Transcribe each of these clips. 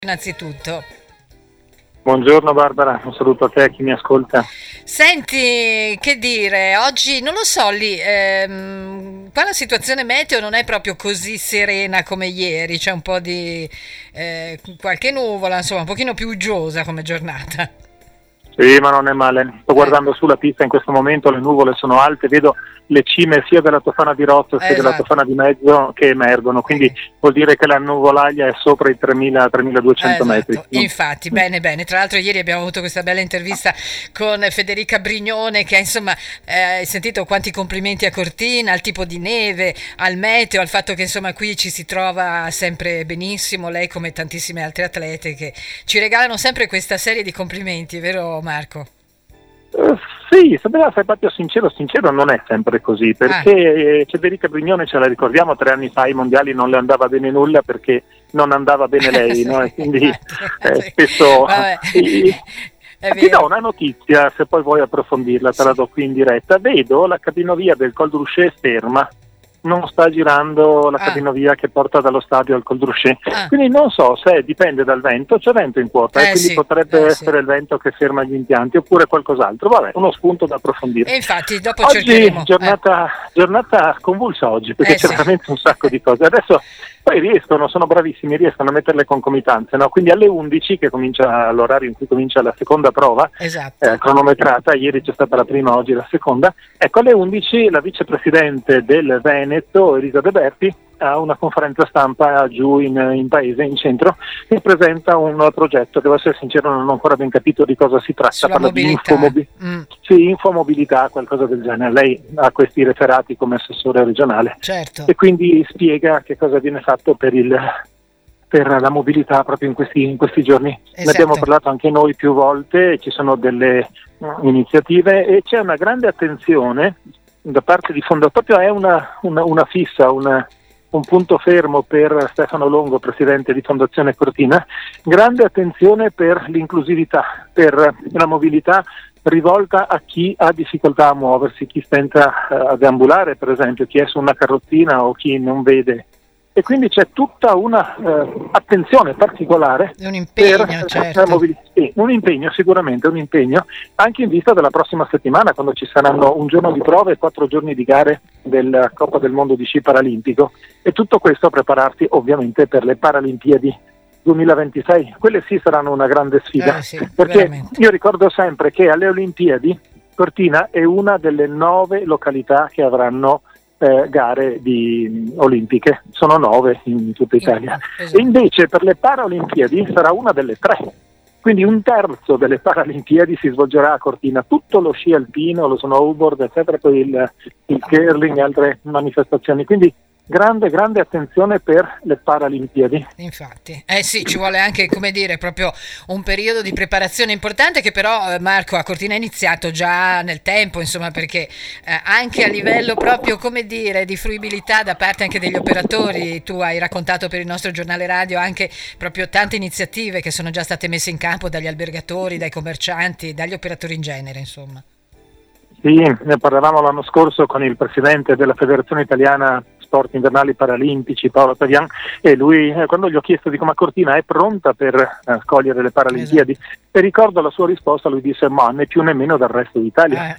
innanzitutto. Buongiorno Barbara, un saluto a te e a chi mi ascolta. Senti, che dire, oggi non lo so lì, qua la situazione meteo non è proprio così serena come ieri, c'è un po' di qualche nuvola, insomma, un pochino più uggiosa come giornata. Sì, ma non è male. Sto guardando sulla pista in questo momento, le nuvole sono alte, vedo le cime sia della Tofana di Rotto sia della Esatto. Tofana di Mezzo che emergono, quindi vuol dire che la nuvolaglia è sopra i 3.000-3.200 metri. Esatto, infatti, bene, bene. Tra l'altro ieri abbiamo avuto questa bella intervista con Federica Brignone che insomma, hai sentito quanti complimenti a Cortina, al tipo di neve, al meteo, al fatto che insomma qui ci si trova sempre benissimo, lei come tantissime altre atlete che ci regalano sempre questa serie di complimenti, vero Marco? Sì, se devo essere proprio sincero non è sempre così, perché Federica Brignone, ce la ricordiamo, 3 anni fa ai mondiali non le andava bene nulla perché non andava bene lei, no? E quindi spesso ti do una notizia, se poi vuoi approfondirla, te la do qui in diretta. Vedo la cabinovia del Col d'Urchet ferma, non sta girando la cabinovia che porta dallo stadio al Col d'Urchet, quindi non so se dipende dal vento, c'è vento in quota e quindi potrebbe essere il vento che ferma gli impianti oppure qualcos'altro, vabbè, uno spunto da approfondire. E infatti dopo oggi cercheremo. giornata convulsa oggi, perché c'è veramente un sacco di cose. Adesso poi sono bravissimi, riescono a mettere le concomitanze, no? Quindi alle 11, che comincia l'orario in cui comincia la seconda prova, cronometrata, ieri c'è stata la prima, oggi la seconda, ecco alle 11 la vicepresidente del Veneto, Elisa De Berti, ha una conferenza stampa giù in paese, in centro, e presenta un progetto che, devo essere sincero, non ho ancora ben capito di cosa si tratta. Sulla mobilità. Sì, infomobilità, qualcosa del genere. Lei ha questi referati come assessore regionale, certo. E quindi spiega che cosa viene fatto per la mobilità proprio in questi giorni. Esatto. Ne abbiamo parlato anche noi più volte, ci sono delle iniziative e c'è una grande attenzione da parte di Fondo, proprio è una fissa, un punto fermo per Stefano Longo, presidente di Fondazione Cortina, grande attenzione per l'inclusività, per la mobilità rivolta a chi ha difficoltà a muoversi, chi stenta a deambulare, per esempio, chi è su una carrozzina o chi non vede. E quindi c'è tutta una attenzione particolare, un impegno, certo. Un impegno, sicuramente un impegno, anche in vista della prossima settimana, quando ci saranno un giorno di prove e 4 giorni di gare della Coppa del Mondo di sci paralimpico, e tutto questo a prepararsi ovviamente per le Paralimpiadi 2026. Quelle sì saranno una grande sfida, perché veramente. Io ricordo sempre che alle Olimpiadi Cortina è una delle 9 località che avranno gare olimpiche, sono 9 in tutta Italia, esatto. E invece per le Paralimpiadi sarà una delle 3, quindi 1/3 delle Paralimpiadi si svolgerà a Cortina, tutto lo sci alpino, lo snowboard, eccetera, poi il curling e altre manifestazioni, quindi grande attenzione per le Paralimpiadi. Infatti, sì, ci vuole anche, come dire, proprio un periodo di preparazione importante che però Marco a Cortina è iniziato già nel tempo, insomma, perché anche a livello proprio, come dire, di fruibilità da parte anche degli operatori, tu hai raccontato per il nostro giornale radio anche proprio tante iniziative che sono già state messe in campo dagli albergatori, dai commercianti, dagli operatori in genere, insomma. Sì, ne parlavamo l'anno scorso con il presidente della Federazione Italiana Sport Invernali Paralimpici, Paolo Tavian, e lui, quando gli ho chiesto di come Cortina è pronta per scogliere le Paralimpiadi, esatto. E ricordo la sua risposta, lui disse ma né più né meno dal resto d'Italia,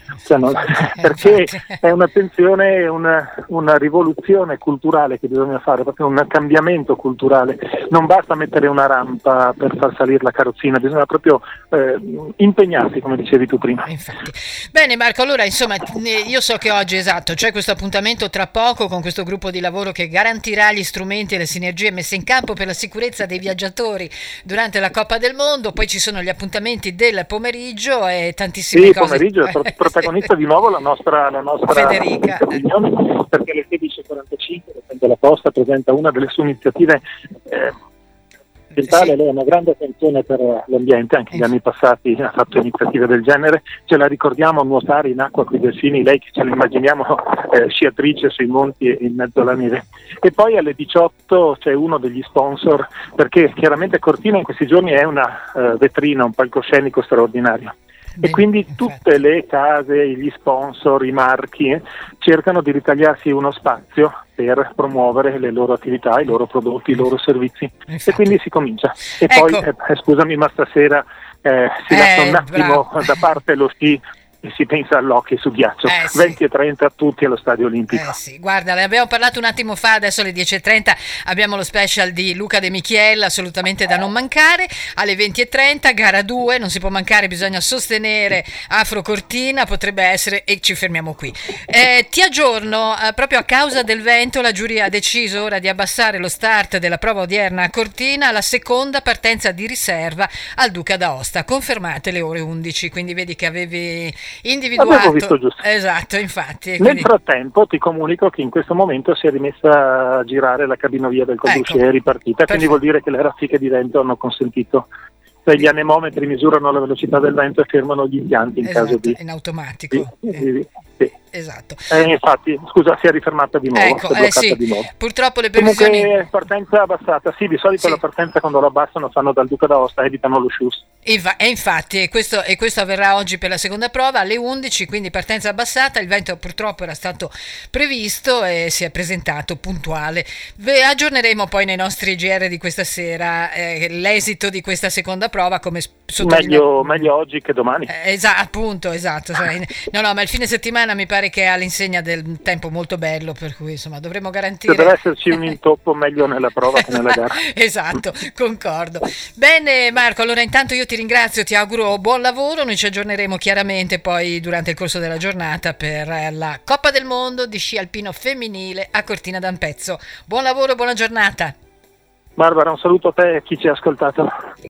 perché è un'attenzione, una rivoluzione culturale che bisogna fare, proprio un cambiamento culturale, non basta mettere una rampa per far salire la carrozzina, bisogna proprio impegnarsi, come dicevi tu prima. Infatti. Bene Marco, allora insomma io so che oggi c'è questo appuntamento tra poco con questo gruppo di lavoro che garantirà gli strumenti e le sinergie messe in campo per la sicurezza dei viaggiatori durante la Coppa del Mondo, poi ci sono gli appuntamenti del pomeriggio e tantissime cose. Sì, pomeriggio, protagonista di nuovo la nostra Federica, perché alle 16:45 la Posta presenta una delle sue iniziative ambientale, lei ha una grande attenzione per l'ambiente, anche gli anni passati ha fatto iniziative del genere, ce la ricordiamo nuotare in acqua con i delfini, lei che ce la immaginiamo sciatrice sui monti e in mezzo alla neve. E poi alle 18 c'è uno degli sponsor, perché chiaramente Cortina in questi giorni è una vetrina, un palcoscenico straordinario. E quindi tutte le case, gli sponsor, i marchi cercano di ritagliarsi uno spazio per promuovere le loro attività, i loro prodotti, i loro servizi. Infatti. E quindi si comincia. E Ecco. poi, scusami, ma stasera si lascia un attimo da parte lo sci e si pensa all'hockey su ghiaccio. Sì. 20:30 tutti allo Stadio Olimpico. Sì, guarda, ne abbiamo parlato un attimo fa, adesso alle 10:30 abbiamo lo special di Luca De Michiel, assolutamente da non mancare. Alle 20:30 gara 2, non si può mancare, bisogna sostenere Afro Cortina, potrebbe essere, e ci fermiamo qui. Ti aggiorno, proprio a causa del vento la giuria ha deciso ora di abbassare lo start della prova odierna a Cortina alla seconda partenza di riserva al Duca d'Aosta, confermate le ore 11, quindi vedi che avevi individuato. Avevo visto giusto. Esatto, infatti. Nel Quindi... frattempo ti comunico che in questo momento si è rimessa a girare la cabinovia del Codusce, Ecco. è ripartita, quindi Perfetto. vuol dire che le raffiche di vento hanno consentito, cioè gli anemometri misurano la velocità del vento e fermano gli impianti in caso di... in automatico. Sì. Esatto. Infatti, scusa, si è rifermata di nuovo, Ecco, si è bloccata sì, di nuovo. purtroppo le previsioni... Comunque partenza abbassata, sì, di solito Sì. la partenza quando la abbassano fanno dal Duca d'Aosta, evitano lo scius. E infatti, questo avverrà oggi per la seconda prova alle 11, quindi partenza abbassata, il vento purtroppo era stato previsto e si è presentato puntuale. Aggiorneremo poi nei nostri GR di questa sera l'esito di questa seconda prova, come sottolineato. Meglio oggi che domani. Appunto, esatto. No, ma il fine settimana mi pare che è all'insegna del tempo molto bello, per cui insomma dovremo garantire... Se deve esserci un intoppo meglio nella prova che nella gara. Esatto, concordo. Bene Marco, allora intanto io ti ringrazio, ti auguro buon lavoro, noi ci aggiorneremo chiaramente poi durante il corso della giornata per la Coppa del Mondo di sci alpino femminile a Cortina d'Ampezzo. Buon lavoro, buona giornata. Barbara, un saluto a te e a chi ci ha ascoltato.